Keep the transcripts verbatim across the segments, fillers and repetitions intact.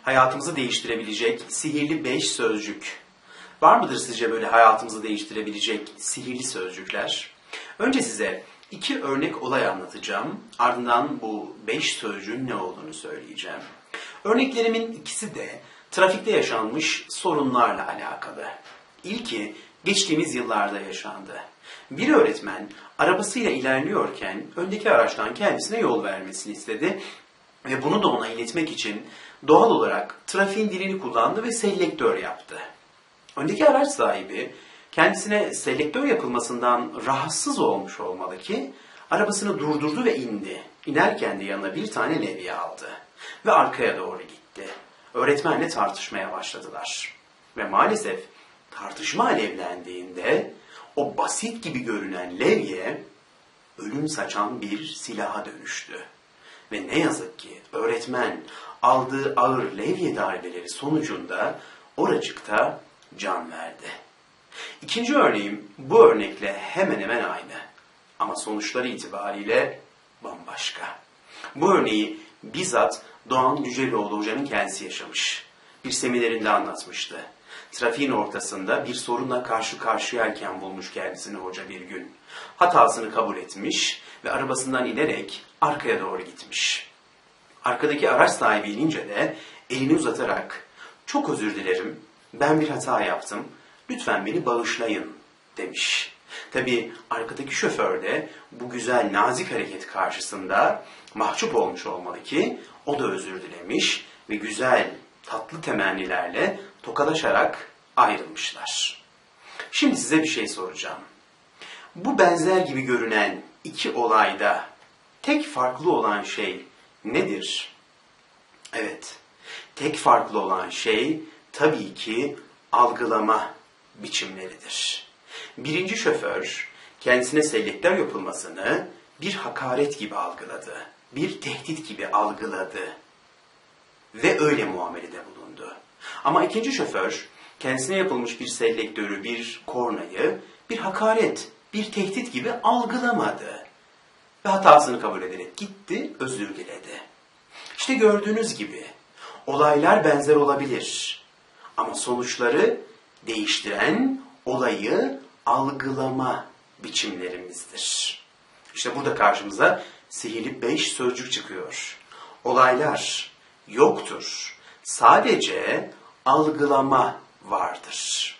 hayatımızı değiştirebilecek sihirli beş sözcük. Var mıdır sizce böyle hayatımızı değiştirebilecek sihirli sözcükler? Önce size iki örnek olay anlatacağım. Ardından bu beş sözcüğün ne olduğunu söyleyeceğim. Örneklerimin ikisi de trafikte yaşanmış sorunlarla alakalı. İlki geçtiğimiz yıllarda yaşandı. Bir öğretmen arabasıyla ilerliyorken öndeki araçtan kendisine yol vermesini istedi ve bunu da ona iletmek için doğal olarak trafiğin dilini kullandı ve selektör yaptı. Öndeki araç sahibi kendisine selektör yapılmasından rahatsız olmuş olmalı ki arabasını durdurdu ve indi. İnerken de yanına bir tane levye aldı ve arkaya doğru gitti. Öğretmenle tartışmaya başladılar. Ve maalesef tartışma alevlendiğinde o basit gibi görünen levye ölüm saçan bir silaha dönüştü. Ve ne yazık ki öğretmen aldığı ağır levye darbeleri sonucunda oracıkta can verdi. İkinci örneğim bu örnekle hemen hemen aynı ama sonuçları itibariyle bambaşka. Bu örneği bizzat Doğan Cüceloğlu Hoca'nın kendisi yaşamış. Bir seminerinde anlatmıştı. Trafiğin ortasında bir sorunla karşı karşıyayken bulmuş kendisini hoca bir gün. Hatasını kabul etmiş ve arabasından inerek arkaya doğru gitmiş. Arkadaki araç sahibi inince de elini uzatarak "Çok özür dilerim, ben bir hata yaptım, lütfen beni bağışlayın" demiş. Tabii arkadaki şoför de bu güzel nazik hareket karşısında mahcup olmuş olmalı ki o da özür dilemiş ve güzel tatlı temennilerle tokalaşarak ayrılmışlar. Şimdi size bir şey soracağım. Bu benzer gibi görünen iki olayda tek farklı olan şey nedir? Evet, tek farklı olan şey tabii ki algılama biçimleridir. Birinci şoför kendisine selektör yapılmasını bir hakaret gibi algıladı, bir tehdit gibi algıladı ve öyle muamelede bulundu. Ama ikinci şoför kendisine yapılmış bir selektörü, bir kornayı bir hakaret, bir tehdit gibi algılamadı ve hatasını kabul ederek gitti, özür diledi. İşte gördüğünüz gibi olaylar benzer olabilir ama sonuçları değiştiren olayı algılama biçimlerimizdir. İşte burada karşımıza sihirli beş sözcük çıkıyor. Olaylar yoktur. Sadece algılama vardır.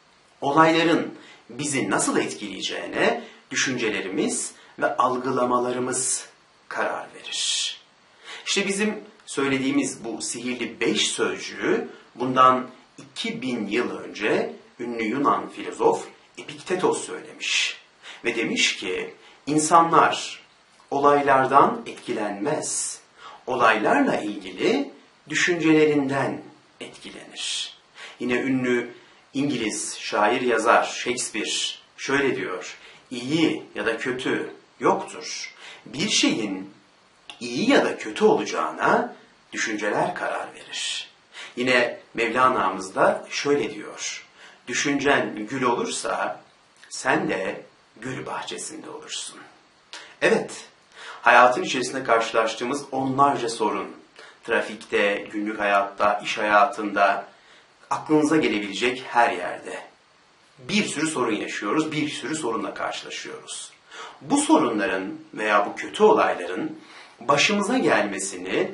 Olayların bizi nasıl etkileyeceğine düşüncelerimiz ve algılamalarımız karar verir. İşte bizim söylediğimiz bu sihirli beş sözcüğü bundan iki bin yıl önce ünlü Yunan filozof Epiktetos söylemiş. Ve demiş ki insanlar olaylardan etkilenmez. Olaylarla ilgili düşüncelerinden etkilenir. Yine ünlü İngiliz şair yazar Shakespeare şöyle diyor: İyi ya da kötü yoktur. Bir şeyin iyi ya da kötü olacağına düşünceler karar verir. Yine Mevlana'mız da şöyle diyor: Düşüncen gül olursa sen de gül bahçesinde olursun. Evet, hayatın içerisinde karşılaştığımız onlarca sorun, trafikte, günlük hayatta, iş hayatında, aklınıza gelebilecek her yerde bir sürü sorun yaşıyoruz, bir sürü sorunla karşılaşıyoruz. Bu sorunların veya bu kötü olayların başımıza gelmesini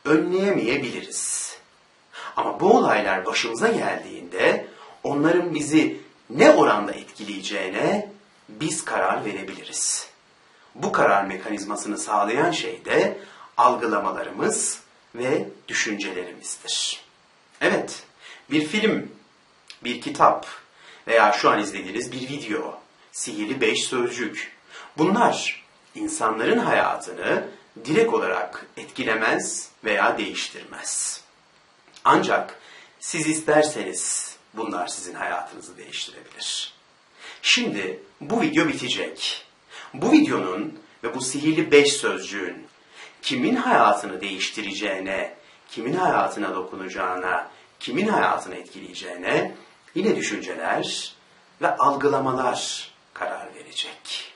önleyemeyebiliriz. Ama bu olaylar başımıza geldiğinde onların bizi ne oranda etkileyeceğine biz karar verebiliriz. Bu karar mekanizmasını sağlayan şey de algılamalarımız ve düşüncelerimizdir. Evet, bir film, bir kitap veya şu an izlediğiniz bir video, sihirli beş sözcük. Bunlar insanların hayatını direkt olarak etkilemez veya değiştirmez. Ancak siz isterseniz bunlar sizin hayatınızı değiştirebilir. Şimdi bu video bitecek. Bu videonun ve bu sihirli beş sözcüğün kimin hayatını değiştireceğine, kimin hayatına dokunacağına, kimin hayatını etkileyeceğine yine düşünceler ve algılamalar karar verecek.